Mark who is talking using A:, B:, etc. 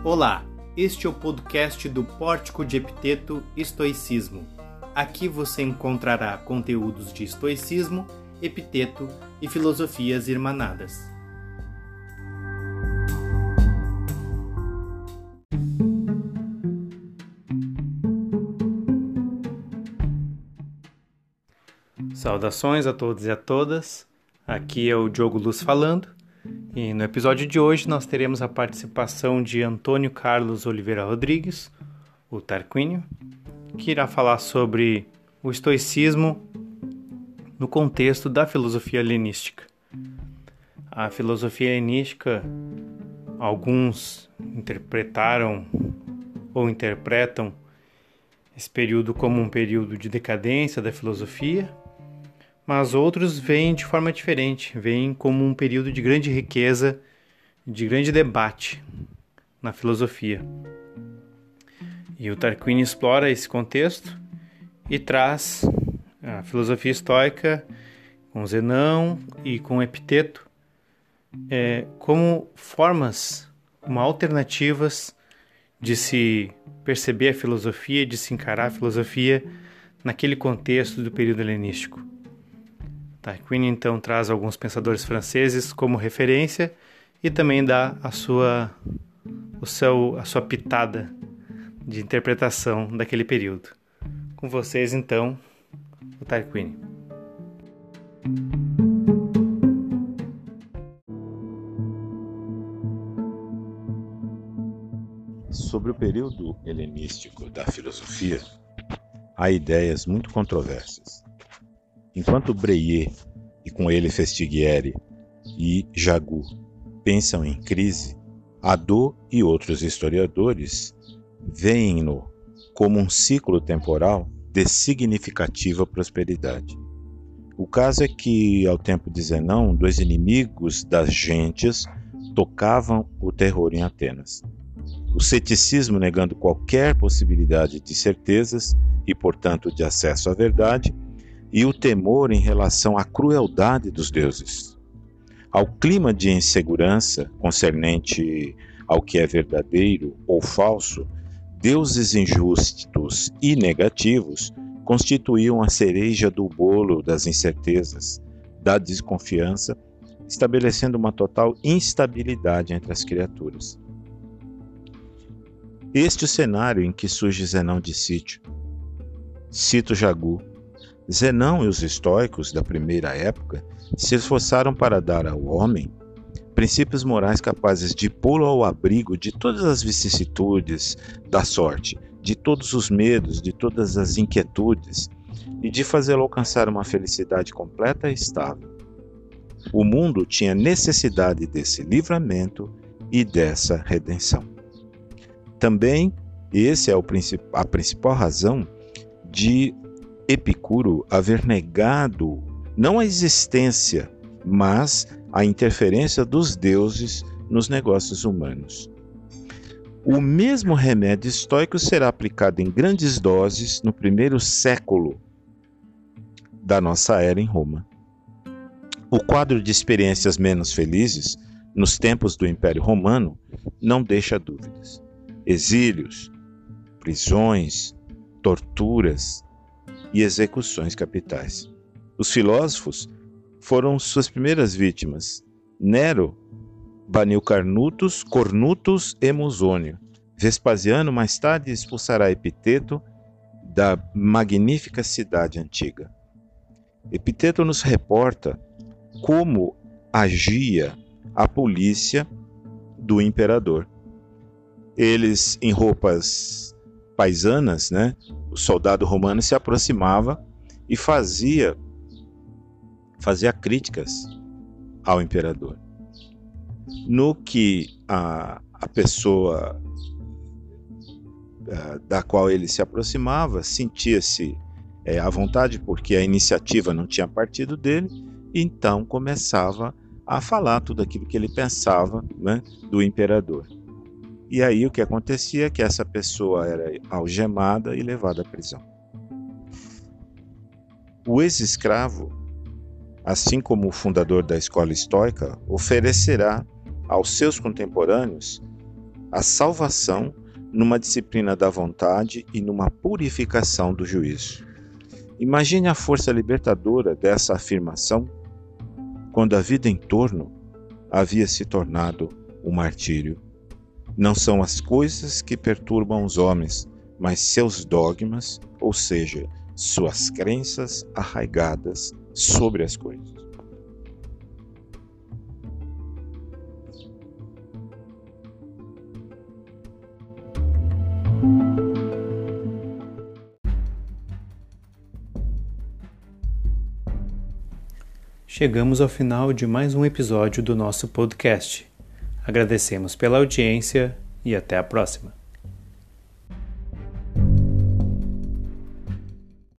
A: Olá, este é o podcast do Pórtico de Epiteto Estoicismo. Aqui você encontrará conteúdos de estoicismo, epiteto e filosofias irmanadas. Saudações a todos e a todas, aqui é o Diogo Luz falando, e no episódio de hoje nós teremos a participação de Antônio Carlos Oliveira Rodrigues, o Tarquínio, que irá falar sobre o estoicismo no contexto da filosofia helenística. A filosofia helenística, alguns interpretaram ou interpretam esse período como um período de decadência da filosofia, mas outros veem de forma diferente, veem como um período de grande riqueza, de grande debate na filosofia. E o Tarquínio explora esse contexto e traz a filosofia estoica com Zenão e com Epiteto como formas, como alternativas de se perceber a filosofia, de se encarar a filosofia naquele contexto do período helenístico. Tarquínio então traz alguns pensadores franceses como referência e também dá a sua pitada de interpretação daquele período. Com vocês então, o Tarquínio.
B: Sobre o período helenístico da filosofia, há ideias muito controversas. Enquanto Breyer, e com ele Festiguieri e Jagu, pensam em crise, Hadot e outros historiadores veem-no como um ciclo temporal de significativa prosperidade. O caso é que, ao tempo de Zenão, dois inimigos das gentes tocavam o terror em Atenas. O ceticismo negando qualquer possibilidade de certezas e, portanto, de acesso à verdade, e o temor em relação à crueldade dos deuses. Ao clima de insegurança concernente ao que é verdadeiro ou falso, deuses injustos e negativos constituíam a cereja do bolo das incertezas, da desconfiança, estabelecendo uma total instabilidade entre as criaturas. Este é o cenário em que surge Zenão de Sítio. Cito Jagu. Zenão e os estoicos da primeira época se esforçaram para dar ao homem princípios morais capazes de pô-lo ao abrigo de todas as vicissitudes da sorte, de todos os medos, de todas as inquietudes e de fazê-lo alcançar uma felicidade completa e estável. O mundo tinha necessidade desse livramento e dessa redenção. Também, essa é a principal razão de Epicuro haver negado não a existência, mas a interferência dos deuses nos negócios humanos. O mesmo remédio estoico será aplicado em grandes doses no primeiro século da nossa era em Roma. O quadro de experiências menos felizes nos tempos do Império Romano não deixa dúvidas. Exílios, prisões, torturas e execuções capitais. Os filósofos foram suas primeiras vítimas. Nero baniu Cornutus e Musônio. Vespasiano mais tarde expulsará Epiteto da magnífica cidade antiga. Epiteto nos reporta como agia a polícia do imperador. Eles, em roupas paisanas, o soldado romano se aproximava e fazia críticas ao imperador. No que a pessoa da qual ele se aproximava sentia-se à vontade, porque a iniciativa não tinha partido dele, então começava a falar tudo aquilo que ele pensava, do imperador. E aí o que acontecia é que essa pessoa era algemada e levada à prisão. O ex-escravo, assim como o fundador da escola estoica, oferecerá aos seus contemporâneos a salvação numa disciplina da vontade e numa purificação do juízo. Imagine a força libertadora dessa afirmação quando a vida em torno havia se tornado um martírio. Não são as coisas que perturbam os homens, mas seus dogmas, ou seja, suas crenças arraigadas sobre as coisas.
A: Chegamos ao final de mais um episódio do nosso podcast. Agradecemos pela audiência e até a próxima.